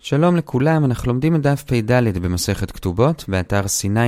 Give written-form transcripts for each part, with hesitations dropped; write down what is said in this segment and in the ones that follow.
שלום לכולם, אנחנו לומדים את דף פ"ד במסכת כתובות באתר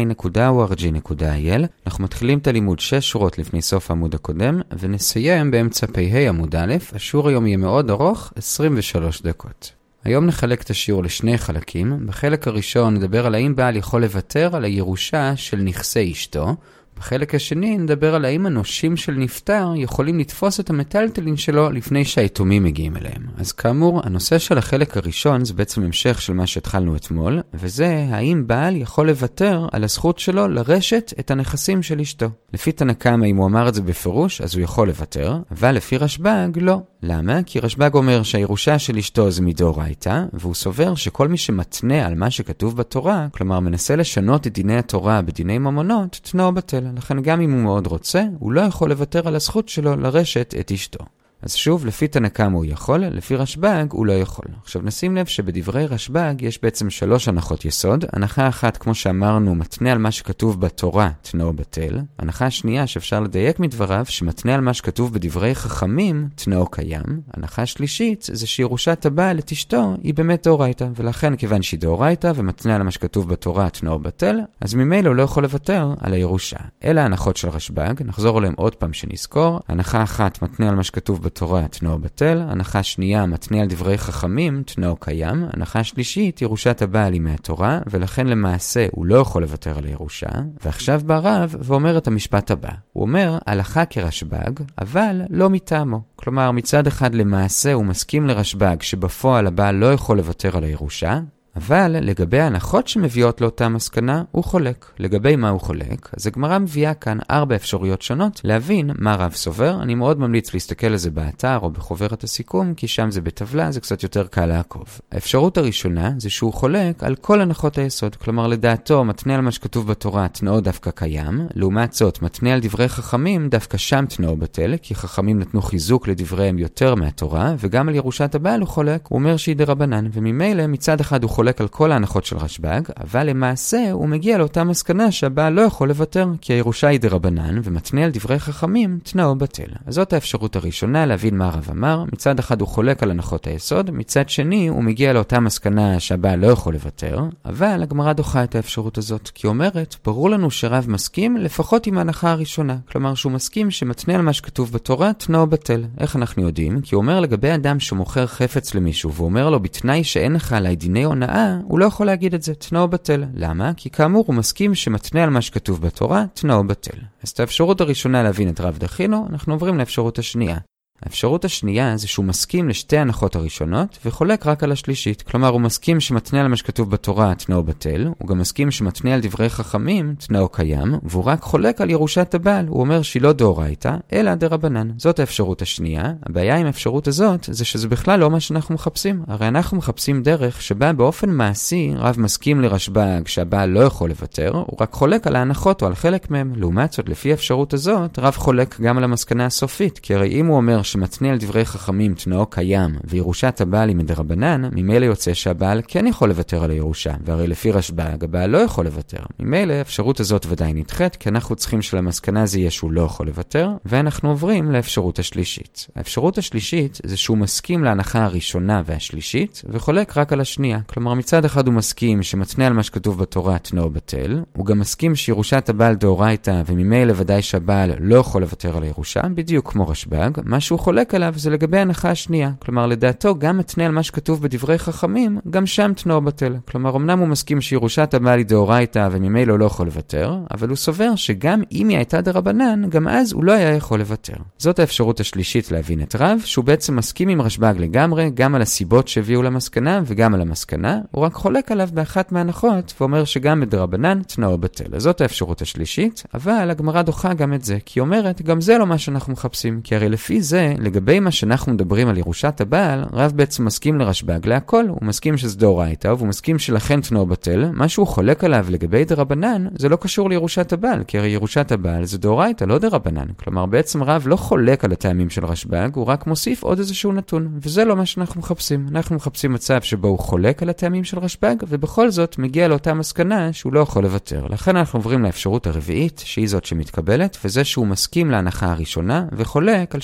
sinai.org.il. אנחנו מתחילים את הלימוד 6 שורות לפני סוף העמוד הקודם ונסיים באמצע פ"ה עמוד א'. השיעור היום יהיה מאוד ארוך, 23 דקות. היום נחלק את השיעור לשני חלקים. בחלק הראשון נדבר על האם בעל יכול לוותר על הירושה של נכסי אשתו. בחלק השני נדבר על האם הנושים של נפטר יכולים לתפוס את המטלטלין שלו לפני שהיתומים מגיעים אליהם. אז כאמור, הנושא של החלק הראשון זה בעצם המשך של מה שהתחלנו אתמול, וזה האם בעל יכול לוותר על הזכות שלו לרשת את הנכסים של אשתו. לפי תנא קמא, אם הוא אמר את זה בפירוש, אז הוא יכול לוותר, אבל לפי רשב"ג לא. למה? כי רשב"ג אומר שהירושה של אשתו זה מדאורייתא, והוא סובר שכל מי שמתנה על מה שכתוב בתורה, כלומר מנסה לשנות את דיני התורה בדיני ממונות, תנאו בטל. לכן גם אם הוא מאוד רוצה, הוא לא יכול לוותר על הזכות שלו לרשת את אשתו. אז שוב, לפי תנא קמא הוא יכול, לפי רשב"ג הוא לא יכול. עכשיו נשים לב שבדברי רשב"ג יש בעצם 3 הנחות יסוד. הנחה אחת, כמו שאמרנו, מתנה על מה שכתוב בתורה, תנאו בטל. הנחה השנייה, שאפשר לדייק מדבריו, שמתנה על מה שכתוב בדברי חכמים, תנאו קיים. הנחה שלישית, זה שירושת הבעל את אשתו היא באמת דאורייתא, ולכן כיוון שהיא דאורייתא ומתנה על מה שכתוב בתורה, תנאו בטל, אז ממילא הוא לא יכול לוותר על הירושה. אלה ההנחות של רשב"ג, נחזור עליהם עוד פעם שנזכור. הנחה אחת, מתנה על מה שכתוב בתורה, תנאו בטל. הנחה שנייה, מתנה על דברי חכמים, תנאו קיים. הנחה שלישית, ירושת הבעל היא מהתורה, ולכן למעשה הוא לא יכול לוותר על הירושה. ועכשיו בא רב ואומר את המשפט הבא. הוא אומר, הלכה כרשב"ג, אבל לא מטעמו. כלומר, מצד אחד למעשה הוא מסכים לרשב"ג שבפועל הבעל לא יכול לוותר על הירושה, אבל לגבי ההנחות שמביאות לאותה מסקנה, הוא חולק. לגבי מה הוא חולק? אז הגמרא מביאה כאן 4 אפשרויות שונות להבין מה רב סובר. אני מאוד ממליץ להסתכל על זה באתר או בחוברת הסיכום, כי שם זה בטבלה, זה קצת יותר קל לעקוב. האפשרות הראשונה זה שהוא חולק על כל הנחות היסוד. כלומר, לדעתו, מתנה על מה שכתוב בתורה, תנאו דווקא קיים. לעומת זאת, מתנה על דברי חכמים, דווקא שם תנאו בטל, כי חכמים נתנו חיזוק לדבריהם יותר מהתורה, וגם על ירושת הבעל הוא חולק. הוא אומר שהיא דרבנן, וממילא מצד אחד הוא חולק על כל ההנחות של רשב"ג, אבל למעשה הוא מגיע לאותה מסקנה שהבעל לא יכול לוותר, כי הירושה היא דרבנן, ומתנה על דברי חכמים, תנאו בטל. אז זאת האפשרות הראשונה להבין מה הרב אמר. מצד אחד הוא חולק על הנחות היסוד, מצד שני הוא מגיע לאותה מסקנה שהבעל לא יכול לוותר, אבל הגמרא דוחה את האפשרות הזאת, כי אומרת, ברור לנו שרב מסכים לפחות עם ההנחה הראשונה, כלומר שהוא מסכים שמתנה על מה שכתוב בתורה, תנאו בטל. איך אנחנו יודעים? כי הוא אומר לגבי אדם שמוכר חפץ למישהו, ואומר לו בתנאי שאין לך עליי דיני הונאה, הוא לא יכול להגיד את זה, תנאו בטל. למה? כי כאמור הוא מסכים שמתנה על מה שכתוב בתורה, תנאו בטל. אז את האפשרות הראשונה להבין את רב דחינו, אנחנו עוברים לאפשרות השנייה. האפשרות השנייה זה שהוא מסכים לשתי ההנחות הראשונות וחולק רק על השלישית. כלומר, הוא מסכים שמתנה על מה שכתוב בתורה, תנאו בטל, הוא גם מסכים שמתנה על דברי חכמים, תנאו קיים, והוא רק חולק על ירושת הבעל. הוא אומר שהיא לא דאורייתא, אלא דרבנן. זאת האפשרות השנייה. הבעיה עם האפשרות הזאת זה שזה בכלל לא מה שאנחנו מחפשים. הרי אנחנו מחפשים דרך שבה באופן מעשי רב מסכים לרשב"ג שהבעל לא יכול לוותר, הוא רק חולק על ההנחות או על חלק מהם. לעומת זאת, לפי האפשרות הזאת, רב חולק גם על המסקנה הסופית, כי הרי אם הוא אומר שמתנה על דברי חכמים תנאו קיים וירושת הבעל היא מדרבנן, ממילא יוצא שהבעל כן יכול לוותר על הירושה, והרי לפי רשב"ג הבעל לא יכול לוותר. ממילא האפשרות הזאת ודאי נדחית, כי אנחנו צריכים שלמסקנה זה יהיה שהוא לא יכול לוותר, ואנחנו עוברים לאפשרות השלישית. האפשרות השלישית זה שהוא מסכים להנחה הראשונה והשלישית וחולק רק על השנייה. כלומר, מצד אחד הוא מסכים שמתנה על מה שכתוב בתורה תנאו בטל, הוא גם מסכים שירושת הבעל דאורייתא וממילא ודאי שהבעל לא יכול לוותר על הירושה, בדיוק כמו רשב"ג. מה שהוא חולק עליו זה לגבי ההנחה השנייה. כלומר, לדעתו גם מתנה על מה שכתוב בדברי חכמים, גם שם תנאו בטל. כלומר, אמנם הוא מסכים שירושת הבעל היא דאורייתא וממילא לא יכול לוותר, אבל הוא סובר שגם אם היא הייתה דרבנן, גם אז הוא לא היה יכול לוותר. זאת האפשרות השלישית להבין את רב, שהוא בעצם מסכים עם רשב"ג לגמרי, גם על הסיבות שהביאו למסקנה וגם על המסקנה, הוא רק חולק עליו באחת מההנחות, ואומר שגם בדרבנן תנאו בטל. זאת האפשרות השלישית, אבל הגמרא דוחה גם את זה, כי היא אומרת, גם זה לא מה שאנחנו מחפשים, כי הרי לפי זה, לגבי מה שאנחנו מדברים על ירושת הבעל, רב בעצם מסכים לרשב"ג להכל, הוא מסכים שזה דאורייתא, והוא מסכים שלכן תנאו בטל. מה שהוא חולק עליו לגבי דרבנן, זה לא קשור לירושת הבעל, כי הרי ירושת הבעל זה דאורייתא, לא דרבנן. כלומר, בעצם רב לא חולק על הטעמים של רשב"ג, הוא רק מוסיף עוד איזשהו נתון, וזה לא מה שאנחנו מחפשים. אנחנו מחפשים מצב שבו הוא חולק על הטעמים של רשב"ג, ובכל זאת מגיע לאותה מסקנה שהוא לא יכול לוותר. לכן אנחנו עוברים לאפשרות הרביעית, שהיא זאת שמתקבלת, וזה שהוא מסכים להנחה הראשונה, וחולק על שתי הנחות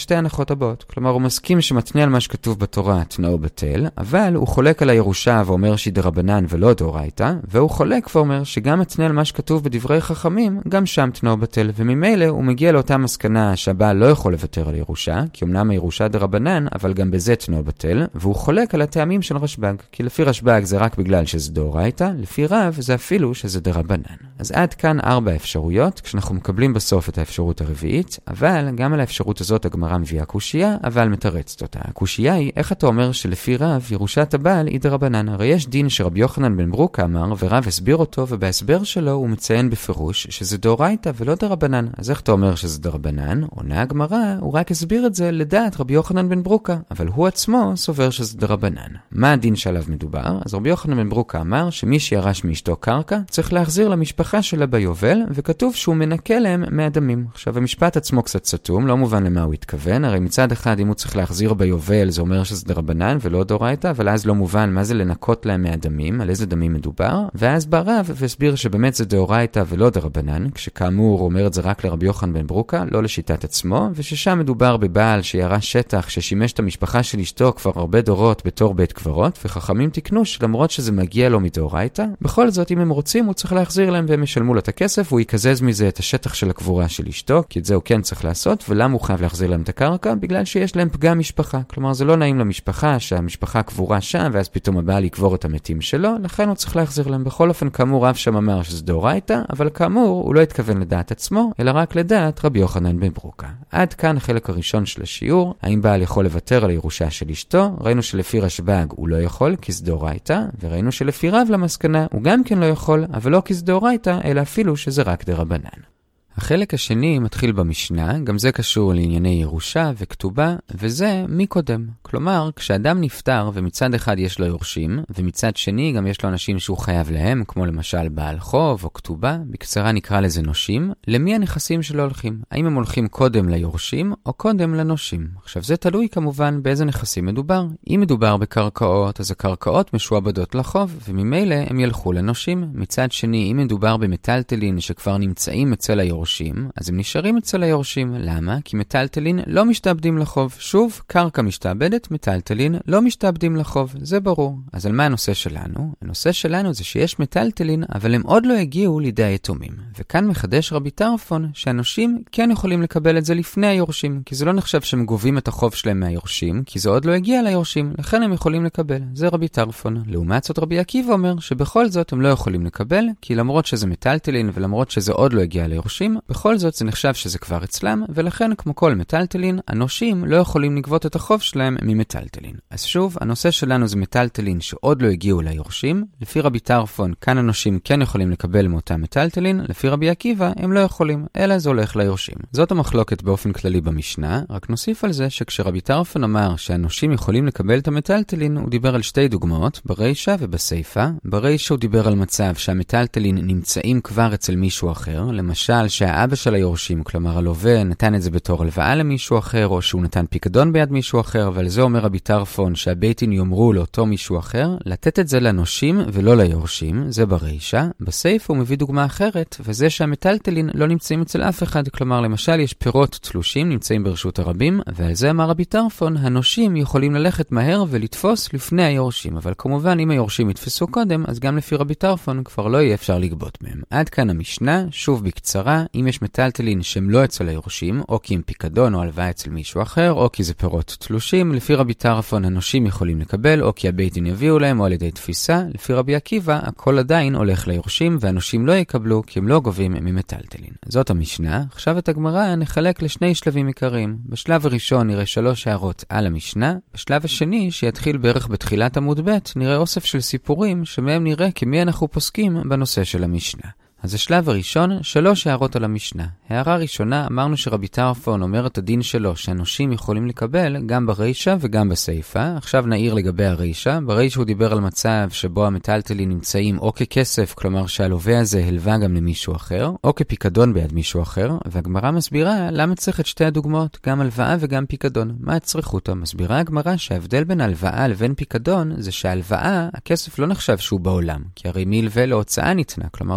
ההוכחות הבאות. כלומר, הוא מסכים שמתנה על מה שכתוב בתורה תנאו בטל, אבל הוא חולק על הירושה ואומר שהיא דרבנן ולא דאורייתא, והוא חולק ואומר שגם מתנה על מה שכתוב בדברי חכמים, גם שם תנאו בטל, וממילא הוא מגיע לאותה מסקנה שהבעל לא יכול לוותר על ירושה, כי אמנם הירושה דרבנן, אבל גם בזה תנאו בטל, והוא חולק על הטעמים של רשב"ג, כי לפי רשב"ג זה רק בגלל שזה דאורייתא, לפי רב זה אפילו שזה דרבנן. אז עד כאן 4 אפשרויות, כשאנחנו מקבלים בסוף את האפשרות הרביעית, אבל גם על האפשרות הזאת הגמרא מביאה קושיה, אבל מתרצת אותה. הקושיה היא, איך אתה אומר שלפי רב ירושת הבעל היא דרבנן? הרי יש דין שרבי יוחנן בן ברוקה אמר, ורב הסביר אותו, ובהסבר שלו הוא מציין בפירוש שזה דאורייתא ולא דרבנן. אז איך אתה אומר שזה דרבנן? עונה הגמרא, הוא רק הסביר את זה לדעת רבי יוחנן בן ברוקה, אבל הוא עצמו סובר שזה דרבנן. מה הדין שעליו מדובר? אז רבי יוחנן בן ברוקה אמר שמי שירש מאשתו קרקע צריך להחזיר למשפחה שלה ביובל, וכתוב שהוא מנקה להם מהדמים. עכשיו המשפט עצמו קצת סתום, לא מובן למה הוא התכוון, הרי מצד אחד אם הוא צריך להחזיר ביובל זה אומר שזה דרבנן ולא דאורייתא, אבל אז לא מובן מה זה לנקות להם מהדמים, על איזה דמים מדובר, ואז בא רב והסביר שבאמת זה דאורייתא ולא דרבנן, כשכאמור הוא אומר את זה רק לרבי יוחנן בן ברוקה, לא לשיטת עצמו, וששם מדובר בבעל שירש שטח ששימש את המשפחה של אשתו כבר הרבה דורות בתור בית קברות, וחכמים תקנו שלמרות שזה מגיע לו מדאורייתא, בכל זאת אם הם רוצים הוא צריך להחזיר להם והם ישלמו לו את הכסף, הוא יקזז מזה את השטח של הקבורה של אשתו, כי את זה הוא כן צריך לעשות, ולמה הוא חייב להחזיר להם את הקרקע? בגלל שיש להם פגם משפחה. כלומר זה לא נעים למשפחה שהמשפחה קבורה שם ואז פתאום הבעל יקבור את המתים שלו, לכן הוא צריך להחזיר להם. בכל אופן כאמור רב שם אמר שזה דאורייתא, אבל כאמור הוא לא התכוון לדעת עצמו, אלא רק לדעת רבי יוחנן בן ברוקה. עד כאן החלק הראשון של השיעור, האם בעל יכול לוותר על הירושה של אשתו? ראינו שלפי רשב"ג הוא לא יכול כי זה דאורייתא, וראינו שלפי רב למסקנה הוא גם כן לא יכול, אבל לא כי זה דאורייתא, אלא אפילו שזה רק דרבנן. החלק השני מתחיל במשנה, גם זה קשור לענייני ירושה וכתובה, וזה מי קודם. כלומר, כשאדם נפטר ומצד אחד יש לו יורשים, ומצד שני גם יש לו אנשים שהוא חייב להם, כמו למשל בעל חוב או כתובה, בקצרה נקרא לזה נושים, למי הנכסים שלו הולכים? האם הם הולכים קודם ליורשים או קודם לנושים? עכשיו זה תלוי כמובן באיזה נכסים מדובר. אם מדובר בקרקעות, אז הקרקעות משועבדות לחוב, וממילא הם ילכו לנושים. מצד שני, אם מדובר במטלטלין שכבר נמצאים אצל היורשים, אז הם נשארים אצל היורשים. למה? כי מטלטלין לא משתעבדים לחוב. שוב, קרקע משתעבדת, מטלטלין לא משתעבדים לחוב. זה ברור. אז על מה הנושא שלנו? הנושא שלנו זה שיש מטלטלין, אבל הם עוד לא הגיעו לידי היתומים. וכאן מחדש רבי טרפון שהנושים כן יכולים לקבל את זה לפני היורשים, כי זה לא נחשב שהם גובים את החוב שלהם מהיורשים, כי זה עוד לא הגיע ליורשים, לכן הם יכולים לקבל. זה רבי טרפון. לעומת זאת רבי עקיבא אומר שבכל זאת הם לא יכולים לקבל, כי למרות שזה מטלטלין ולמרות שזה עוד לא הגיע ליורשים, בכל זאת זה נחשב שזה כבר אצלם, ולכן כמו כל מטלטלין, הנושים לא יכולים לגבות את החוב שלהם ממטלטלין. אז שוב, הנושא שלנו זה מטלטלין שעוד לא הגיעו ליורשים. לפי רבי טרפון, כאן הנושים כן יכולים לקבל מאותה מטלטלין, לפי רבי עקיבא הם לא יכולים, אלא זה הולך ליורשים. זאת המחלוקת באופן כללי במשנה, רק נוסיף על זה שכשרבי טרפון אמר שהנושים יכולים לקבל את המטלטלין, הוא דיבר על שתי דוגמאות, ברישה ובסייפה. ברישה הוא דיבר על מצב שהמטלטלין נמצאים כבר אצל מישהו אחר, למשל שהאבא של היורשים, כלומר הלווה, נתן את זה בתור הלוואה למישהו אחר, או שהוא נתן פיקדון ביד מישהו אחר, אבל זה אומר רבי טרפון שהבית דין יאמרו לאותו מישהו אחר, לתת את זה לנושים ולא ליורשים, זה ברישה. בסייפה הוא מביא דוגמה אחרת, וזה שהמטלטלין לא נמצאים אצל אף אחד, כלומר למשל יש פירות תלושים נמצאים ברשות הרבים, ועל זה אמר רבי טרפון, הנושים יכולים ללכת מהר ולתפוס לפני היורשים, אבל כמובן אם היורשים יתפסו קודם, אז גם לפי רבי טרפון כבר לא יהיה אפשר לגבות מהם. עד כאן המשנה, שוב בקצרה, אם יש מטלטלין שהם לא אצל היורשים, או כי הם פיקדון או הלוואה אצל מישהו אחר, או כי זה פירות תלושים, לפי רבי טרפון הנושים יכולים לקבל, או כי הבית דין יביאו להם, או על ידי תפיסה. לפי רבי עקיבא, הכל עדיין הולך ליורשים, והנושים לא יקבלו, כי הם לא גובים ממטלטלין. זאת המשנה. עכשיו את הגמרא נחלק לשני שלבים עיקריים. בשלב הראשון נראה 3 הערות על המשנה. בשלב השני, שיתחיל בערך בתחילת עמוד ב', נראה אוסף של סיפורים, שמהם נראה כמי אנחנו פוסקים בנושא של המשנה. אז השלב הראשון, 3 הערות על המשנה. הערה ראשונה, אמרנו שרבי טרפון אומר את הדין שלו שהנושים יכולים לקבל גם ברישה וגם בסייפה. עכשיו נעיר לגבי הרישה. ברישה הוא דיבר על מצב שבו המטלטלין נמצאים או ככסף, כלומר שהלווה הזה הלווה גם למישהו אחר, או כפיקדון ביד מישהו אחר, והגמרא מסבירה למה צריך את שתי הדוגמאות, גם הלוואה וגם פיקדון. מה הצריכות? מסבירה הגמרא שההבדל בין הלוואה לבין פיקדון זה שההלוואה, הכסף לא נחשב שהוא בעולם, כי הרי מלווה להוצאה ניתנה, כלומר זה לא נחשב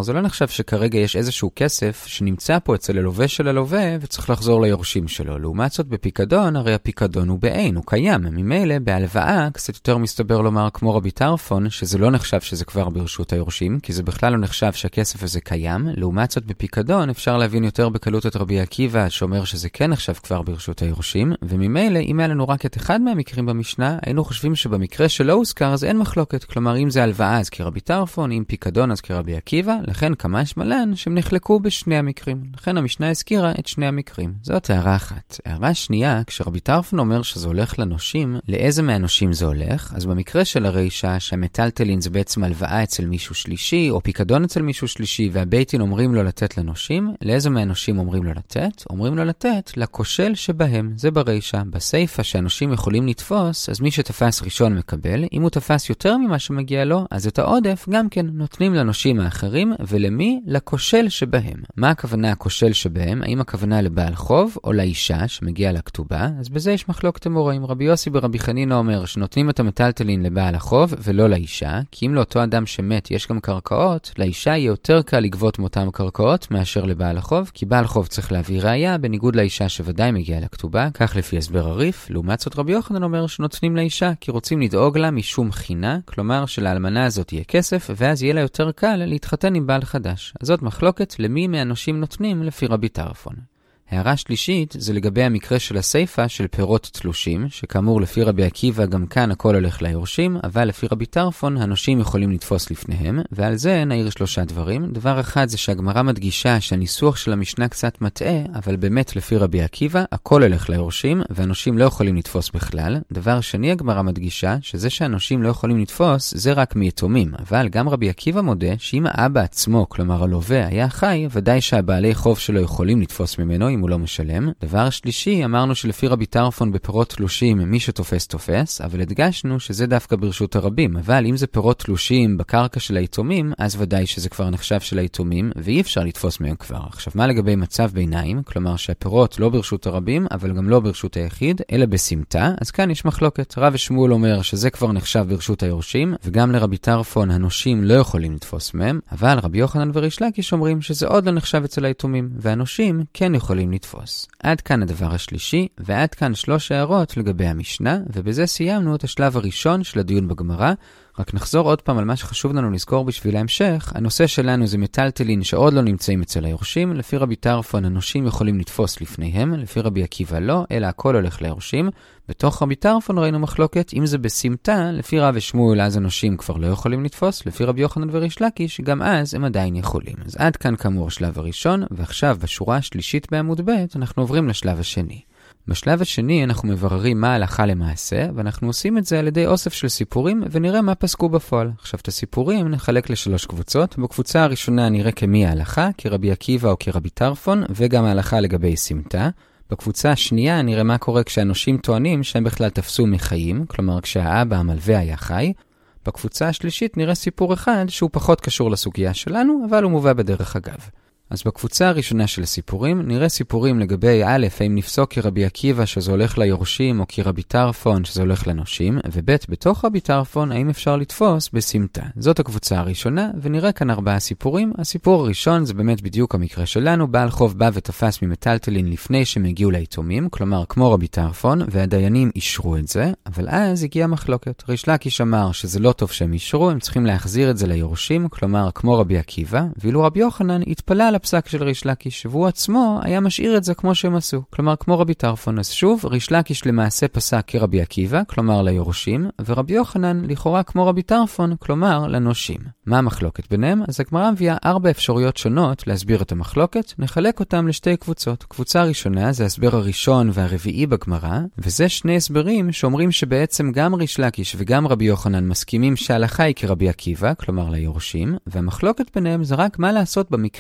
שכרגע יש איזשהו כסף שנמצא פה אצל הלווה של הלווה וצריך לחזור ליורשים שלו. לעומת זאת בפיקדון, הרי הפיקדון הוא בעין, הוא קיים. ממילא בהלוואה קצת יותר מסתבר לומר כמו רבי טרפון, שזה לא נחשב שזה כבר ברשות היורשים, כי זה בכלל לא נחשב שהכסף הזה קיים. לעומת זאת בפיקדון אפשר להבין יותר בקלות את רבי עקיבא שאומר שזה כן נחשב כבר ברשות היורשים, וממילא אם היה לנו רק את אחד מהמקרים במשנה, היינו חושבים שבמקרה שלא הוזכר אז אין מחלוקת. כלומר אם זה הלוואה אז כרבי טרפון, אם פיקדון אז כרבי עקיבא, לכן כמה שמלן שהם נחלקו בשני המקרים. לכן המשנה הזכירה את שני המקרים. זאת הערה אחת. הערה שנייה, כשרבי טרפון אומר שזה הולך לנושים, לאיזה מהנושים זה הולך? אז במקרה של הרישה שהמטלטלין זה בעצם הלוואה אצל מישהו שלישי או פיקדון אצל מישהו שלישי והבייטין אומרים לו לתת לנושים, לאיזה מהנושים אומרים לו לתת? אומרים לו לתת לכושל שבהם. זה ברישה. בסייפה שהנושים יכולים לתפוס, אז מי שתפס ראשון מקבל. אם הוא תפס יותר ממה שמגיע לו, אז את העודף גם כן נותנים לנושים האחרים, ולמי? לכושל שבהם. מה הכוונה הכושל שבהם? האם הכוונה לבעל חוב או לאישה שמגיע לכתובה? אז בזה יש מחלוקת אמוראים. רבי יוסי ברבי חנינא אומר שנותנים את המטלטלין לבעל החוב ולא לאישה, כי אם לאותו אדם שמת יש גם קרקעות, לאישה יהיה יותר קל לגבות מאותם קרקעות מאשר לבעל החוב, כי בעל חוב צריך להביא ראיה, בניגוד לאישה שוודאי מגיעה לכתובה, כך לפי הסבר הריף. לעומת זאת רבי יוחנן אומר שנותנים לאישה, כי רוצים לדאוג לה משום חינה, כלומר שלאלמנה הזאת יהיה כסף, ואז יהיה לה יותר קל להתחתן עם בעל חדש. אז זאת מחלוקת למי מהנושים נותנים לפי רבי טרפון. הערה שלישית זה לגבי המקרה של הסייפה של פירות תלושים, שכאמור לפי רבי עקיבא גם כאן הכל הולך ליורשים, אבל לפי רבי טרפון הנושים יכולים לתפוס לפניהם, ועל זה נעיר שלושה דברים. דבר אחד זה שהגמרא מדגישה שהניסוח של המשנה קצת מטעה, אבל באמת לפי רבי עקיבא הכל הולך ליורשים, והנושים לא יכולים לתפוס בכלל. דבר שני הגמרא מדגישה שזה שהנושים לא יכולים לתפוס זה רק מיתומים, אבל גם רבי עקיבא מודה שאם האבא עצמו, כלומר הלווה, היה חי, ודאי שהבעלי חוב שלו יכולים לתפוס ממנו אם הוא לא משלם. דבר שלישי, אמרנו שלפי רבי טרפון בפירות תלושים מי שתופס תופס, אבל הדגשנו שזה דווקא ברשות הרבים. אבל אם זה פירות תלושים בקרקע של היתומים, אז ודאי שזה כבר נחשב של היתומים, ואי אפשר לתפוס מהם כבר. עכשיו, מה לגבי מצב ביניים? כלומר שהפירות לא ברשות הרבים, אבל גם לא ברשות היחיד, אלא בסמטה, אז כאן יש מחלוקת. רב ושמואל אומר שזה כבר נחשב ברשות היורשים, וגם לרבי טרפון הנושים לא יכולים לתפוס מהם, אבל רבי יוחנן וריש לקיש אומרים שזה עוד לא נחשב אצל היתומים, והנושים כן יכולים לתפוס. עד כאן הדבר השלישי, ועד כאן 3 הערות לגבי המשנה, ובזה סיימנו את השלב הראשון של הדיון בגמרא. רק נחזור עוד פעם על מה שחשוב לנו לזכור בשביל ההמשך. הנושא שלנו זה מטלטלין שעוד לא נמצאים אצל היורשים. לפי רבי טרפון הנושים יכולים לתפוס לפניהם, לפי רבי עקיבא לא, אלא הכל הולך ליורשים. בתוך רבי טרפון ראינו מחלוקת, אם זה בסמטה, לפי רב ושמואל אז הנושים כבר לא יכולים לתפוס, לפי רבי יוחנן וריש לקיש גם אז הם עדיין יכולים. אז עד כאן כאמור השלב הראשון, ועכשיו בשורה השלישית בעמוד ב' אנחנו עוברים לשלב השני. בשלב השני אנחנו מבררים מה הלכה למעשה, ואנחנו עושים את זה על ידי אוסף של סיפורים, ונראה מה פסקו בפועל. עכשיו את הסיפורים נחלק ל3 קבוצות. בקבוצה הראשונה נראה כמי ההלכה, כרבי עקיבא או כרבי טרפון, וגם ההלכה לגבי סמטה. בקבוצה השנייה נראה מה קורה כשהנושים טוענים שהם בכלל תפסו מחיים, כלומר כשהאבא המלווה היה חי. בקבוצה השלישית נראה סיפור אחד שהוא פחות קשור לסוגיה שלנו, אבל הוא מובא בדרך אגב. אז בקבוצה הראשונה של הסיפורים נראה סיפורים לגבי א', האם נפסוק כרבי עקיבא שזה הולך ליורשים או כרבי טרפון שזה הולך לנושים, וב' בתוך רבי טרפון האם אפשר לתפוס בסמטה. זאת הקבוצה הראשונה, ונראה כאן 4 סיפורים. הסיפור הראשון זה באמת בדיוק המקרה שלנו, בעל חוב בא ותפס ממטלטלין לפני שהם הגיעו ליתומים, כלומר כמו רבי טרפון, והדיינים אישרו את זה, אבל אז הגיעה מחלוקת. ריש לקיש אמר שזה לא טוב שהם אישרו, הם צריכים להחזיר את זה ליורשים, כלומר כמו רבי עקיבא, ואילו רבי יוחנן התפלא על הפסק של ריש לקיש, והוא עצמו היה משאיר את זה כמו שהם עשו, כלומר כמו רבי טרפון. אז שוב, ריש לקיש למעשה פסק כרבי עקיבא, כלומר ליורשים, ורבי יוחנן לכאורה כמו רבי טרפון, כלומר לנושים. מה המחלוקת ביניהם? אז הגמרא מביאה 4 אפשרויות שונות להסביר את המחלוקת, נחלק אותם לשתי קבוצות. קבוצה ראשונה זה ההסבר הראשון והרביעי בגמרא, וזה 2 הסברים שאומרים שבעצם גם ריש לקיש וגם רבי יוחנן מסכימים שההלכה היא כרבי עקיבא, כלומר ליורשים, והמחלוקת ביניהם זה רק מה לעשות במקרה הזה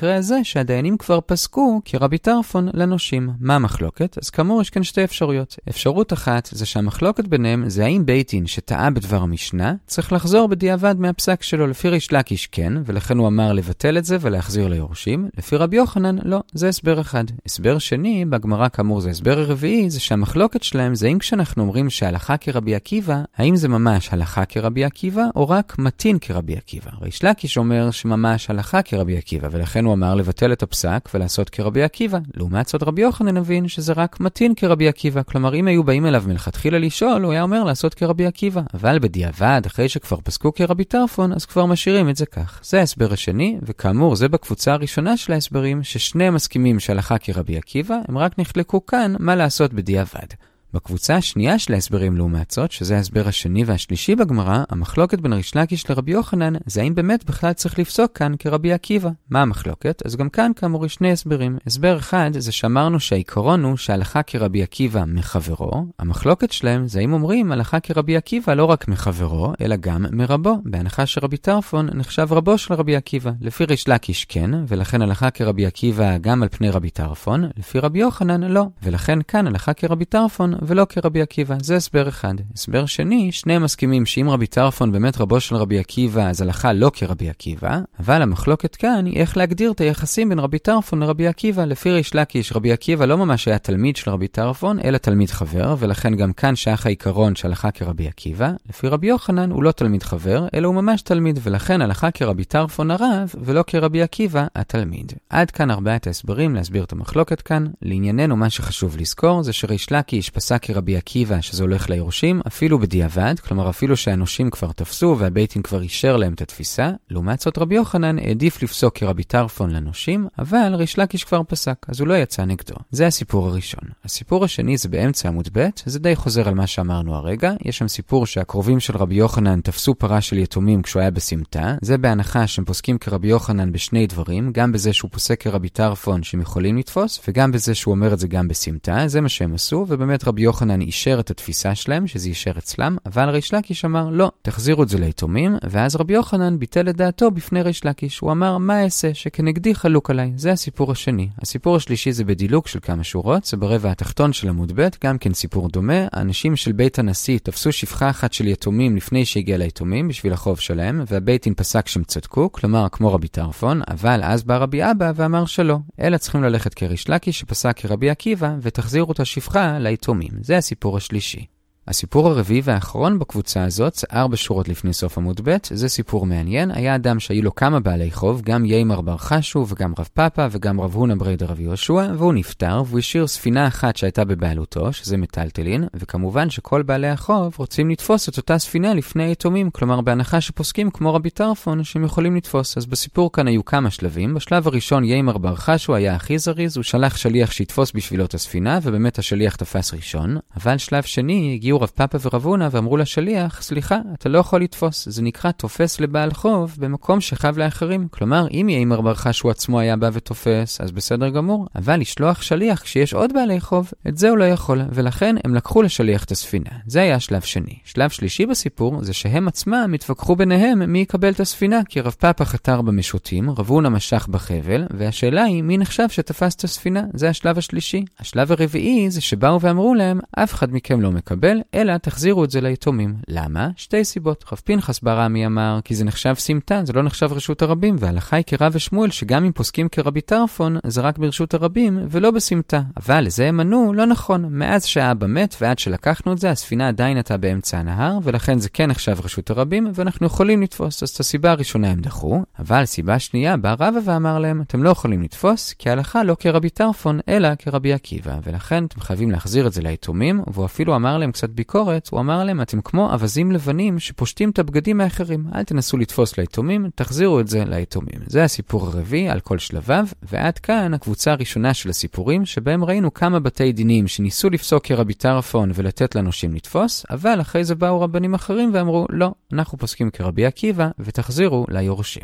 שהדיינים כבר פסקו כרבי טרפון לנושים. מה המחלוקת? אז כאמור יש כאן שתי אפשרויות. אפשרות אחת זה שהמחלוקת ביניהם זה האם בית דין שטעה בדבר המשנה צריך לחזור בדיעבד מהפסק שלו. לפי ריש לקיש כן, ולכן הוא אמר לבטל את זה ולהחזיר ליורשים. לפי רבי יוחנן לא, זה הסבר אחד. הסבר שני, בגמרא כאמור זה הסבר הרביעי, זה שהמחלוקת שלהם זה אם כשאנחנו אומרים שההלכה כרבי עקיבא, האם זה ממש הלכה כרבי עקיבא או רק מתין כרבי עקיבא. ריש לקיש אומר שממש הלכה כרבי עקיבא, ולכן הוא אמר לבטל את הפסק ולעשות כרבי עקיבא. לעומת זאת רבי יוחנן נבין שזה רק מתין כרבי עקיבא. כלומר אם היו באים אליו מלכתחילה לשאול, הוא היה אומר לעשות כרבי עקיבא. אבל בדיעבד, אחרי שכבר פסקו כרבי טרפון, אז כבר משאירים את זה כך. זה ההסבר השני, וכאמור זה בקבוצה הראשונה של ההסברים ששני מסכימים שהלכה כרבי עקיבא, הם רק נחלקו כאן מה לעשות בדיעבד. בקבוצה השנייה של ההסברים לעומת זאת, שזה ההסבר השני והשלישי בגמרא, המחלוקת בין ריש לקיש לרבי יוחנן, זה האם באמת בכלל צריך לפסוק כאן כרבי עקיבא. מה המחלוקת? אז גם כאן כאמור יש שני הסברים. הסבר אחד זה שאמרנו שהעיקרון הוא שההלכה כרבי עקיבא מחברו. המחלוקת שלהם זה האם אומרים הלכה כרבי עקיבא לא רק מחברו, אלא גם מרבו, בהנחה שרבי טרפון נחשב רבו של רבי עקיבא. לפי ריש לקיש כן, ולכן הלכה כרבי עקיבא גם על פני רבי טרפון, לפי רבי יוחנן לא, ולכן כאן הלכה כרבי טרפון ולא כרבי עקיבא. זה הסבר אחד. הסבר שני, שניהם מסכימים שאם רבי טרפון באמת רבו של רבי עקיבא, אז הלכה לא כרבי עקיבא, אבל המחלוקת כאן היא איך להגדיר את היחסים בין רבי טרפון לרבי עקיבא. לפי ריש לקיש, רבי עקיבא לא ממש היה תלמיד של רבי טרפון, אלא תלמיד חבר, ולכן גם כאן שייך העיקרון שהלכה כרבי עקיבא. לפי רבי יוחנן הוא לא תלמיד חבר, אלא הוא ממש תלמיד, ולכן הלכה כרבי טרפון הרב, ולא כרבי עקיבא התלמיד. עד כאן ארבעת ההסברים להסביר את המחלוקת כאן. לענייננו מה שחשוב לזכור זה שריש לקיש פסק כרבי עקיבא שזה הולך ליורשים, אפילו בדיעבד, כלומר אפילו שהנושים כבר תפסו והבית דין כבר אישר להם את התפיסה. לעומת זאת רבי יוחנן העדיף לפסוק כרבי טרפון לנושים, אבל ריש לקיש כבר פסק, אז הוא לא יצא נגדו. זה הסיפור הראשון. הסיפור השני זה באמצע עמוד ב', זה די חוזר על מה שאמרנו הרגע. יש שם סיפור שהקרובים של רבי יוחנן תפסו פרה של יתומים כשהוא היה בסמטה. זה בהנחה שהם פוסקים כרבי יוחנן בשני דברים, גם בזה שהוא פוסק כרבי טרפון שהם יכולים לתפוס, וגם בזה שהוא אומר את זה גם בסמטה. זה מה שהם עשו, ובאמת רבי יוחנן אישר את התפיסה שלהם, שזה אישר אצלם, אבל ריש לקיש אמר, לא, תחזירו את זה ליתומים, ואז רבי יוחנן ביטל את דעתו בפני ריש לקיש. הוא אמר, מה אעשה? שכנגדי חלוק עליי. זה הסיפור השני. הסיפור השלישי זה בדילוק של כמה שורות, זה ברבע התחתון של עמוד ב', גם כן סיפור דומה. האנשים של בית הנשיא תפסו שפחה אחת של יתומים לפני שהגיע ליתומים בשביל החוב שלהם, והבית דין פסק שהם צדקו, כלומר כמו רבי טרפון, אבל אז בא רבי אבא ואמר שלא. אלא צריכים ללכת כריש לקיש שפסק כרבי עקיבא ותחזירו את השפחה ליתומים. זה הסיפור השלישי. הסיפור הרביעי והאחרון בקבוצה הזאת, זה 4 שורות לפני סוף עמוד ב', זה סיפור מעניין. היה אדם שהיו לו כמה בעלי חוב, גם יימר בר חשו וגם רב פאפה וגם רב הונא ברי דרבי יהושע, והוא נפטר והוא השאיר ספינה אחת שהייתה בבעלותו, שזה מטלטלין, וכמובן שכל בעלי החוב רוצים לתפוס את אותה ספינה לפני היתומים, כלומר בהנחה שפוסקים כמו רבי טרפון שהם יכולים לתפוס. אז בסיפור כאן היו כמה שלבים. בשלב הראשון יימר בר חשו היה הכי זריז, הוא שלח שליח שיתפוס בשבילו את הספינה, ובאמת השליח תפס ראשון. אבל שלב שני הגיעו רב פאפה ורב הונא ואמרו לשליח, סליחה, אתה לא יכול לתפוס, זה נקרא תופס לבעל חוב במקום שחב לאחרים. כלומר, אם יימר בר חשו עצמו היה בא ותופס, אז בסדר גמור, אבל לשלוח שליח כשיש עוד בעלי חוב, את זה הוא לא יכול, ולכן הם לקחו לשליח את הספינה. זה היה שלב שני. שלב שלישי בסיפור זה שהם עצמם התווכחו ביניהם מי יקבל את הספינה, כי רב פאפה חתר במשוטים, רב הונא משך בחבל, והשאלה היא מי נחשב שתפס את הספינה. זה השלב השלישי. השלב הרביעי זה שבאו ואמרו להם, אף אחד מכם לא מקבל, אלא תחזירו את זה ליתומים. למה? שתי סיבות. רב פנחס בר עמי אמר, כי זה נחשב סמטה, זה לא נחשב רשות הרבים, וההלכה היא כרב ושמואל, שגם אם פוסקים כרבי טרפון, זה רק ברשות הרבים, ולא בסמטה. אבל לזה הם ענו, לא נכון. מאז שהאבא מת, ועד שלקחנו את זה, הספינה עדיין הייתה באמצע הנהר, ולכן זה כן נחשב רשות הרבים, ואנחנו יכולים לתפוס. אז את הסיבה הראשונה הם דחו, אבל סיבה שנייה, בא רבא ואמר להם, אתם לא יכולים לתפוס, כי ההלכה לא כרבי טרפון, אלא כרבי עקיבא, ולכן אתם חייבים להחזיר את זה ליתומים, והוא אפילו אמר להם קצת ביקורת, הוא אמר להם, אתם כמו אבזים לבנים שפושטים את הבגדים האחרים, אל תנסו לתפוס ליתומים, תחזירו את זה ליתומים. זה הסיפור הרביעי על כל שלביו, ועד כאן הקבוצה הראשונה של הסיפורים, שבהם ראינו כמה בתי דינים שניסו לפסוק כרבי טרפון ולתת לנושים לתפוס, אבל אחרי זה באו רבנים אחרים ואמרו, לא, אנחנו פוסקים כרבי עקיבא ותחזירו ליורשים.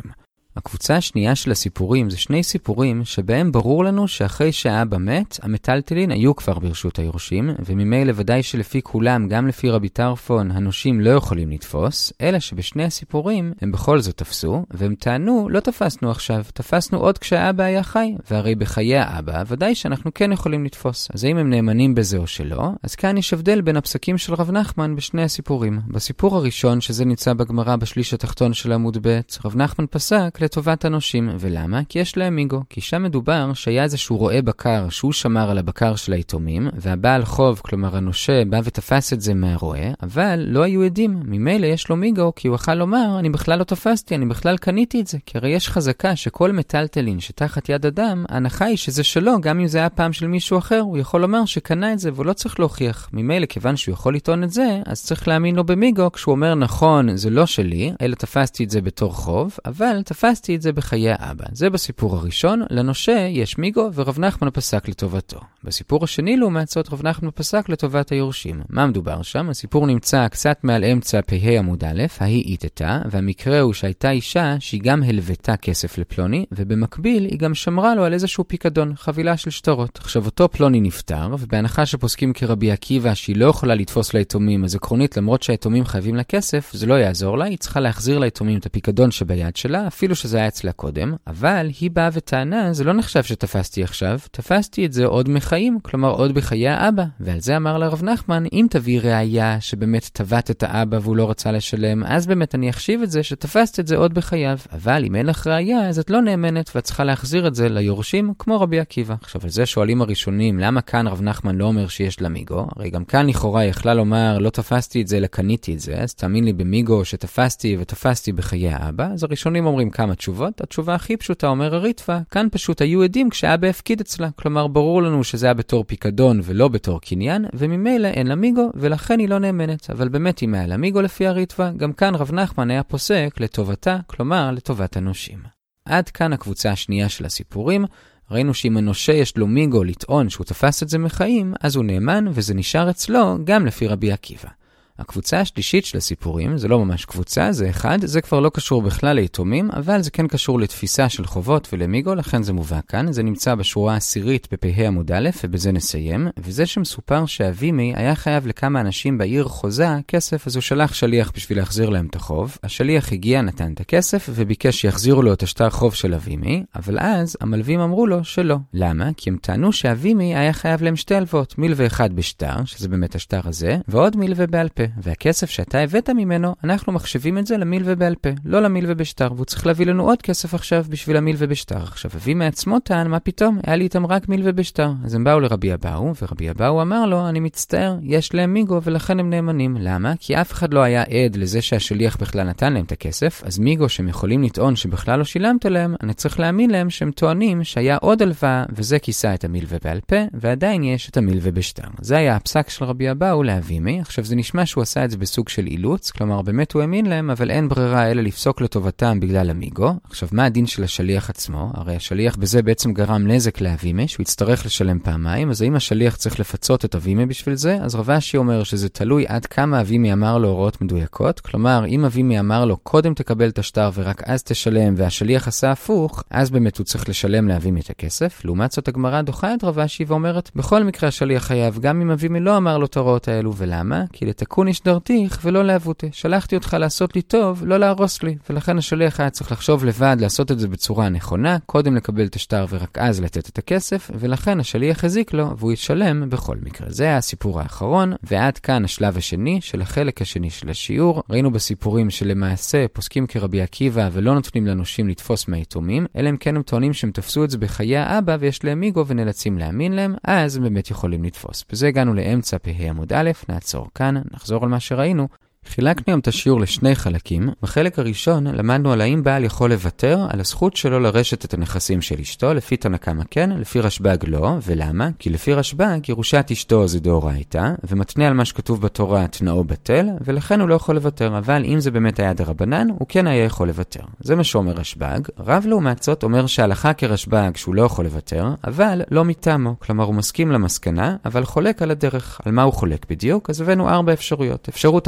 הקבוצה השנייה של הסיפורים זה שני סיפורים שבהם ברור לנו שאחרי שהאבא מת, המטלטלין היו כבר ברשות היורשים, וממילא ודאי שלפי כולם, גם לפי רבי טרפון, הנושים לא יכולים לתפוס, אלא שבשני הסיפורים הם בכל זאת תפסו, והם טענו, לא תפסנו עכשיו, תפסנו עוד כשהאבא היה חי, והרי בחיי האבא ודאי שאנחנו כן יכולים לתפוס. אז האם הם נאמנים בזה או שלא? אז כאן יש הבדל בין הפסקים של רב נחמן בשני הסיפורים. בסיפור הראשון, שזה נמצא בגמרא בשליש התחתון של עמוד ב', רב נחמן פסק לטובת הנושים. ולמה? כי יש להם מיגו. כי שם מדובר שהיה איזשהו רועה בקר שהוא שמר על הבקר של היתומים, והבעל חוב, כלומר הנושה, בא ותפס את זה מהרועה, אבל לא היו עדים. ממילא יש לו מיגו, כי הוא יכול לומר, אני בכלל לא תפסתי, אני בכלל קניתי את זה. כי הרי יש חזקה שכל מטלטלין שתחת יד אדם, ההנחה היא שזה שלו, גם אם זה היה פעם של מישהו אחר, הוא יכול לומר שקנה את זה, והוא לא צריך להוכיח. ממילא, כיוון שהוא יכול לטעון את זה, אז צריך להאמין לו במיגו, כשהוא אומר, נכון, זה לא שלי, אלא תפסתי את זה בתור חוב, אבל תפסתי את זה בחיי האבא. זה בסיפור הראשון, לנושה יש מיגו, ורב נחמן פסק לטובתו. בסיפור השני, לעומת זאת, רב נחמן פסק לטובת היורשים. מה מדובר שם? הסיפור נמצא קצת מעל אמצע פ"ה עמוד א', ההיא איתתה, והמקרה הוא שהייתה אישה שהיא גם הלוותה כסף לפלוני, ובמקביל היא גם שמרה לו על איזשהו פיקדון, חבילה של שטרות. עכשיו אותו פלוני נפטר, ובהנחה שפוסקים כרבי עקיבא שהיא לא יכולה לתפוס ליתומים, אז עקרונית למרות שהיתומים חייבים לה כסף, זה לא יעזור לה, היא צריכה להחזיר ליתומים את הפיקדון שביד שלה, אפילו שזה היה אצלה קודם, אבל היא באה וטענה, זה לא נחשב שתפסתי עכשיו, תפסתי את זה עוד מחיים, כלומר עוד בחיי האבא. ועל זה אמר לה רב נחמן, אם תביא ראיה שבאמת תבעת את האבא והוא לא רצה לשלם, אז באמת אני אחשיב את זה שתפסת את זה עוד בחייו. אבל אם אין לך ראיה, אז את לא נאמנת ואת צריכה להחזיר את זה ליורשים כמו רבי עקיבא. עכשיו על זה שואלים הראשונים, למה כאן רב נחמן לא אומר שיש לה מיגו? הרי גם כאן לכאורה יכלה לומר, לא תפסתי את זה, לקניתי את זה, אז תאמין לי במיגו שתפסתי ותפסתי בחיי האבא. אז הראשונים אומרים כמה תשובות. התשובה הכי פשוטה אומר הריטב"א, כאן פשוט היו עדים כשאבא הפקיד אצלה. כלומר ברור לנו שזה היה בתור פיקדון ולא בתור קניין, וממילא אין לה מיגו ולכן היא לא נאמנת. אבל באמת אם היה לה מיגו לפי הריטב"א, גם כאן רב נחמן היה פוסק לטובתה, כלומר לטובת הנושים. עד כאן הקבוצה השנייה של הסיפורים. ראינו שאם הנושה יש לו מיגו לטעון שהוא תפס את זה מחיים, אז הוא נאמן וזה נשאר אצלו גם לפי רבי עקיבא. הקבוצה השלישית של הסיפורים, זה לא ממש קבוצה, זה אחד, זה כבר לא קשור בכלל ליתומים, אבל זה כן קשור לתפיסה של חובות ולמיגו, לכן זה מובא כאן, זה נמצא בשורה העשירית בפ"ה עמוד א', ובזה נסיים, וזה שמסופר שאבימי היה חייב לכמה אנשים בעיר חוזה כסף, אז הוא שלח שליח בשביל להחזיר להם את החוב, השליח הגיע, נתן את הכסף, וביקש שיחזירו לו את השטר חוב של אבימי, אבל אז המלווים אמרו לו שלא. למה? כי הם טענו שאבימי היה חייב להם שתי הלוואות, מלווה אחד בשטר, שזה באמת השטר הזה, ועוד מלווה בעל פה. והכסף שאתה הבאת ממנו, אנחנו מחשבים את זה למילווה בעל פה, לא למילווה בשטר, והוא צריך להביא לנו עוד כסף עכשיו בשביל המילווה בשטר. עכשיו, אבי מעצמו טען, מה פתאום? היה לי איתם רק מילווה בשטר. אז הם באו לרבי אבאו, ורבי אבאו אמר לו, אני מצטער, יש להם מיגו ולכן הם נאמנים. למה? כי אף אחד לא היה עד לזה שהשליח בכלל נתן להם את הכסף, אז מיגו שהם יכולים לטעון שבכלל לא שילמת להם, אני צריך להאמין להם שהם טוענים שהיה עוד הלוואה, וזה כיסה את המילווה בעל פה, ועדיין יש את המילווה בשטר. זה היה הפסק של רבי אבאו לאבימי. עכשיו זה נשמע שהוא עשה את זה בסוג של אילוץ, כלומר באמת הוא האמין להם, אבל אין ברירה אלא לפסוק לטובתם בגלל המיגו. עכשיו מה הדין של השליח עצמו? הרי השליח בזה בעצם גרם נזק לאבימי, שהוא יצטרך לשלם פעמיים, אז אם השליח צריך לפצות את אבימי בשביל זה, אז רב אשי אומר שזה תלוי עד כמה אבימי אמר לו הוראות מדויקות, כלומר אם אבימי אמר לו קודם תקבל את השטר ורק אז תשלם, והשליח עשה הפוך, אז באמת הוא צריך לשלם לאבימי את הכסף. לעומת זאת הגמרא דוחה את רב אשי ואומרת, בכל מקרה השליח חייב, גם אם אבימי לא אמר לו את ההוראות האלו. ולמה? כי לתקון ישדרתיך ולא לעבותי. שלחתי אותך לעשות לי טוב, לא להרוס לי. ולכן השליח היה צריך לחשוב לבד, לעשות את זה בצורה נכונה, קודם לקבל את השטר ורק אז לתת את הכסף, ולכן השליח הזיק לו, והוא ישלם בכל מקרה. זה היה הסיפור האחרון, ועד כאן השלב השני של החלק השני של השיעור. ראינו בסיפורים שלמעשה פוסקים כרבי עקיבא ולא נותנים לנושים לתפוס מהיתומים, אלא אם כן הם טוענים שהם תפסו את זה בחיי האבא ויש להם מיגו ונאלצים להאמין להם, אז הם באמת יכולים לתפוס. בזה הגענו לאמצע פ"ה עמוד א', נעצור כאן, נחזור על מה שראינו. חילקנו היום את השיעור לשני חלקים. בחלק הראשון למדנו על האם בעל יכול לוותר על הזכות שלו לרשת את הנכסים של אשתו, לפי תנא קמא כן, לפי רשב"ג לא. ולמה? כי לפי רשב"ג ירושת אשתו זה דאורייתא, ומתנה על מה שכתוב בתורה תנאו בטל, ולכן הוא לא יכול לוותר. אבל אם זה באמת היה דרבנן, הוא כן היה יכול לוותר. זה מה שאומר רשב"ג. רב לעומת זאת אומר שההלכה כרשב"ג שהוא לא יכול לוותר, אבל לא מטעמו. כלומר הוא מסכים למסקנה, אבל חולק על הדרך. על מה הוא חולק בדיוק? אז הבאנו 4 אפשרויות. אפשרות אחת זה שהוא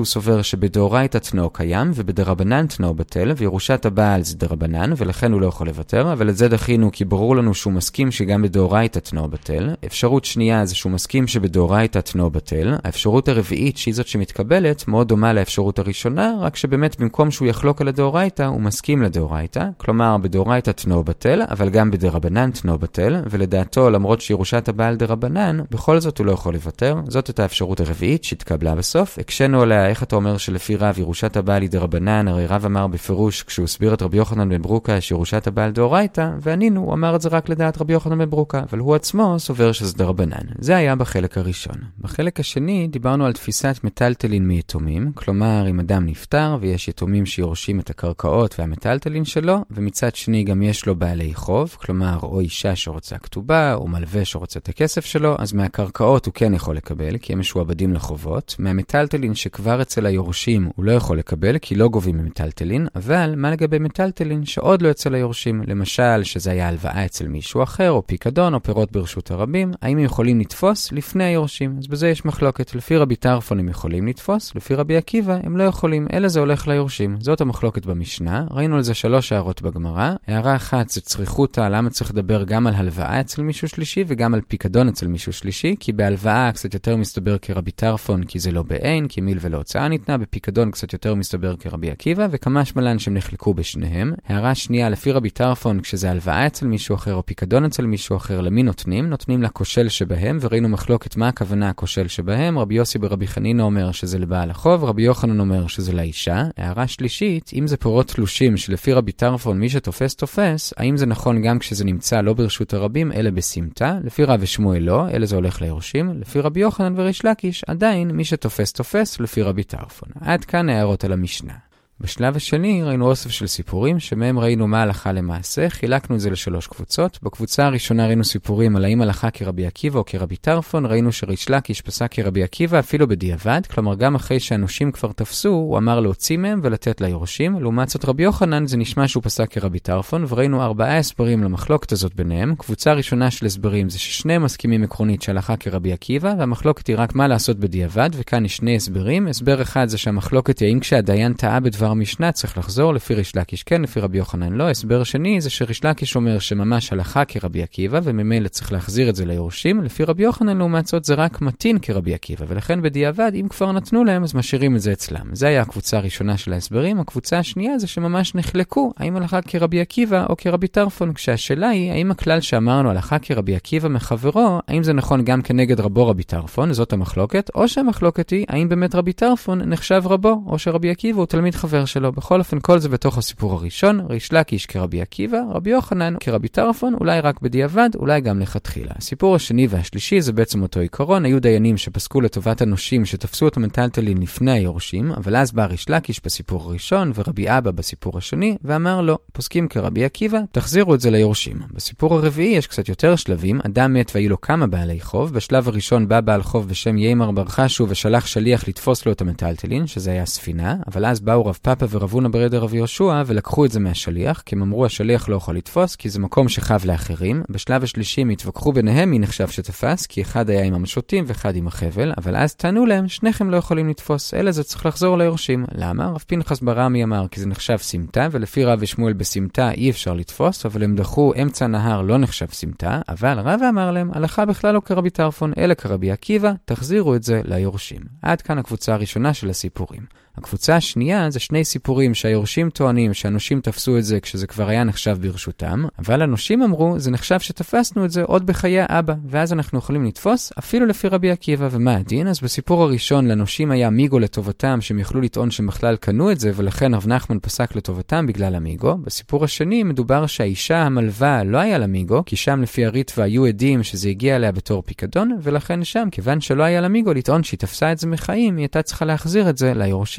סובר שבדאורייתא תנאו קיים ובדרבנן תנאו בטל, וירושת הבעל זה דרבנן, ולכן הוא לא יכול לוותר, אבל את זה דחינו כי ברור לנו שהוא מסכים שגם בדאורייתא תנאו בטל. אפשרות שנייה זה שהוא מסכים שבדאורייתא תנאו בטל. האפשרות הרביעית, שהיא זאת שמתקבלת, מאוד דומה לאפשרות הראשונה, רק שבאמת במקום שהוא יחלוק על הדאורייתא, הוא מסכים לדאורייתא. כלומר, בדאורייתא תנאו בטל, אבל גם בדרבנן תנאו בטל, ולדעתו, למרות שירושת הבעל דרבנן, בכל זאת הוא לא יכול לוותר. זאת הייתה האפשרות הרביעית שהתקבלה בסוף. הקשנו עליה, איך אתה אומר שלפי רב ירושת הבעל היא דרבנן? הרי רב אמר בפירוש כשהוא הסביר את רבי יוחנן בן ברוקה שירושת הבעל דאורייתא, וענינו, הוא אמר את זה רק לדעת רבי יוחנן בן ברוקה, אבל הוא עצמו סובר שזה דרבנן. זה היה בחלק הראשון. בחלק השני דיברנו על תפיסת מטלטלין מיתומים, כלומר אם אדם נפטר ויש יתומים שיורשים את הקרקעות והמטלטלין שלו, ומצד שני גם יש לו בעלי חוב, כלומר או אישה שרוצה כתובה או מלווה שרוצה את הכסף שלו, אז מהקרקעות הוא כן יכול לקבל כי הם משועבדים לחובות. מהמטלטלין שכבר אצל היורשים הוא לא יכול לקבל כי לא גובים ממטלטלין, אבל מה לגבי מטלטלין שעוד לא אצל היורשים? למשל שזה היה הלוואה אצל מישהו אחר או פיקדון או פירות ברשות הרבים, האם הם יכולים לתפוס לפני היורשים? אז בזה יש מחלוקת. לפי רבי טרפון הם יכולים לתפוס, לפי רבי עקיבא הם לא יכולים, אלא זה הולך ליורשים. זאת המחלוקת במשנה. ראינו על זה 3 הערות בגמרא. הערה אחת זה צריכותא, למה צריך לדבר גם על הלוואה אצל מישהו שלישי וגם על פיקדון אצל מישהו שלישי, כי בהלוואה קצת יותר מסתבר כרבי טרפון כי זה לא בעין, כי מיל ולא הוצאה ניתנה, בפיקדון קצת יותר מסתבר כרבי עקיבא, וכמה שמלן שהם נחלקו בשניהם. הערה שנייה, לפי רבי טרפון כשזה הלוואה אצל מישהו אחר או פיקדון אצל מישהו אחר, למי נותנים? נותנים לכושל שבהם, וראינו מחלוקת מה הכוונה הכושל שבהם. רבי יוסי ברבי חנינא אומר שזה לבעל החוב, רבי יוחנן אומר שזה לאישה. הערה שלישית, אם זה פירות תלושים שלפי רבי טרפון מי שתופס תופס, האם זה נכון גם כשזה נמצא לא ברשות הרבים אלא בסמטה? לפי רב ושמואל לא, אלא זה הולך ליורשים. לפי רבי יוחנן וריש לקיש עדיין מי שתופס תופס לפי רבי טרפון. עד כאן הערות על המשנה. בשלב השני ראינו אוסף של סיפורים שמהם ראינו מה הלכה למעשה, חילקנו את זה ל3 קבוצות. בקבוצה הראשונה ראינו סיפורים על האם הלכה כרבי עקיבא או כרבי טרפון. ראינו שריש לקיש פסק כרבי עקיבא אפילו בדיעבד, כלומר גם אחרי שהנושים כבר תפסו הוא אמר להוציא מהם ולתת ליורשים. לעומת זאת רבי יוחנן זה נשמע שהוא פסק כרבי טרפון, וראינו 4 הסברים למחלוקת הזאת ביניהם. קבוצה ראשונה של הסברים זה ששניהם מסכימים עקרונית שהלכה כרבי עקיבא, והמחלוקת היא רק מה לעשות בדיעבד, וכאן יש 2 הסברים. הסבר אחד זה שהמחלוקת היא האם כשהדיין טעה בדבר המשנה צריך לחזור, לפי ריש לקיש כן, לפי רבי יוחנן לא. הסבר שני זה שריש לקיש אומר שממש הלכה כרבי עקיבא וממילא צריך להחזיר את זה ליורשים. לפי רבי יוחנן לעומת זאת זה רק מתין כרבי עקיבא, ולכן בדיעבד אם כבר נתנו להם אז משאירים את זה אצלם. זה היה הקבוצה הראשונה של ההסברים. הקבוצה השנייה זה שממש נחלקו האם הלכה כרבי עקיבא או כרבי טרפון, כשהשאלה היא האם הכלל שאמרנו הלכה כרבי עקיבא מחברו, האם זה נכון גם כנגד רבו רבי טרפון, זאת המחלוקת, או שהמחלוקת היא האם באמת רבי טרפון נחשב רבו או שרבי עקיבא הוא תלמיד חבר שלו. בכל אופן כל זה בתוך הסיפור הראשון, ריש לקיש כרבי עקיבא, רבי יוחנן כרבי טרפון, אולי רק בדיעבד, אולי גם לכתחילה. הסיפור השני והשלישי זה בעצם אותו עיקרון. היו דיינים שפסקו לטובת הנושים שתפסו את המטלטלין לפני היורשים, אבל אז בא ריש לקיש בסיפור הראשון ורבי אבא בסיפור השני ואמר לו, פוסקים כרבי עקיבא, תחזירו את זה ליורשים. בסיפור הרביעי יש קצת יותר שלבים. אדם מת והיו לו כמה בעלי חוב. בשלב הראשון בא בעל חוב בשם יימר בר חשו ושלח שליח לתפוס לו את המטלטלין, שזה היה ספינה, אבל אז באו רב פאפא ורבונה ברדר רב יהושע ולקחו את זה מהשליח, כי הם אמרו השליח לא יכול לתפוס כי זה מקום שחב לאחרים. בשלב השלישי הם התווכחו ביניהם מי נחשב שתפס, כי אחד היה עם המשוטים ואחד עם החבל, אבל אז טענו להם שניכם לא יכולים לתפוס, אלא זה צריך לחזור ליורשים. למה? רב פנחס ברמי אמר כי זה נחשב סמטה, ולפי רב ושמואל בסמטה אי אפשר לתפוס, אבל הם דחו אמצע נהר לא נחשב סמטה, אבל רב אמר להם הלכה בכלל לא כרבי טרפון אלא כרבי עקיבא, תחזירו את זה ליורשים. עד כאן הקבוצה הראשונה של הסיפורים. הקבוצה השנייה זה 2 סיפורים שהיורשים טוענים שהנושים תפסו את זה כשזה כבר היה נחשב ברשותם, אבל הנושים אמרו זה נחשב שתפסנו את זה עוד בחיי האבא, ואז אנחנו יכולים לתפוס אפילו לפי רבי עקיבא. ומה הדין? אז בסיפור הראשון לנושים היה מיגו לטובתם שהם יכלו לטעון שבכלל קנו את זה, ולכן רב נחמן פסק לטובתם בגלל המיגו. בסיפור השני מדובר שהאישה המלווה לא היה לה מיגו, כי שם לפי הריטב"א היו עדים שזה הגיע אליה בתור פיקדון, ולכן שם כיוון שלא היה לה מיגו לטעון שהיא תפסה את זה מחיים, היא הייתה צריכה להחזיר את זה ליורשים.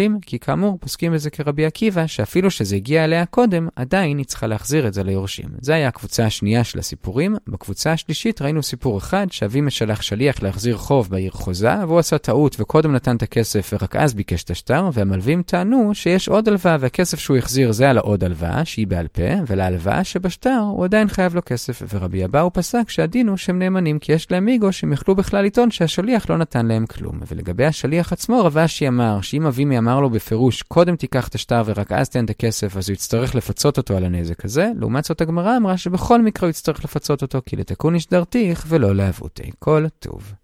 הבעלים, כי כאמור פוסקים בזה כרבי עקיבא, שאפילו שזה הגיע אליה קודם, עדיין היא צריכה להחזיר את זה ליורשים. זה היה הקבוצה השנייה של הסיפורים. בקבוצה השלישית ראינו סיפור אחד, שאבי משלח שליח להחזיר חוב בעיר חוזה, והוא עשה טעות וקודם נתן את הכסף ורק אז ביקש את השטר, והמלווים טענו שיש עוד הלוואה, והכסף שהוא החזיר זה על העוד הלוואה, שהיא בעל פה, ולהלוואה שבשטר הוא עדיין חייב לו כסף, ורבי אבאו פסק שהדין הוא שהם נאמנים כי יש להם מיגו שהם יכלו בכלל לטעון שהשליח לא נתן להם כלום. ולגבי השליח עצמו רב אשי אמר שאם אבימי אמר לו בפירוש קודם תיקח את השטר ורק אז תן את הכסף, אז הוא יצטרך לפצות אותו על הנזק הזה. לעומת זאת הגמרא אמרה שבכל מקרה הוא יצטרך לפצות אותו כי לתקון איש דרתיך ולא לעבותי. כל טוב.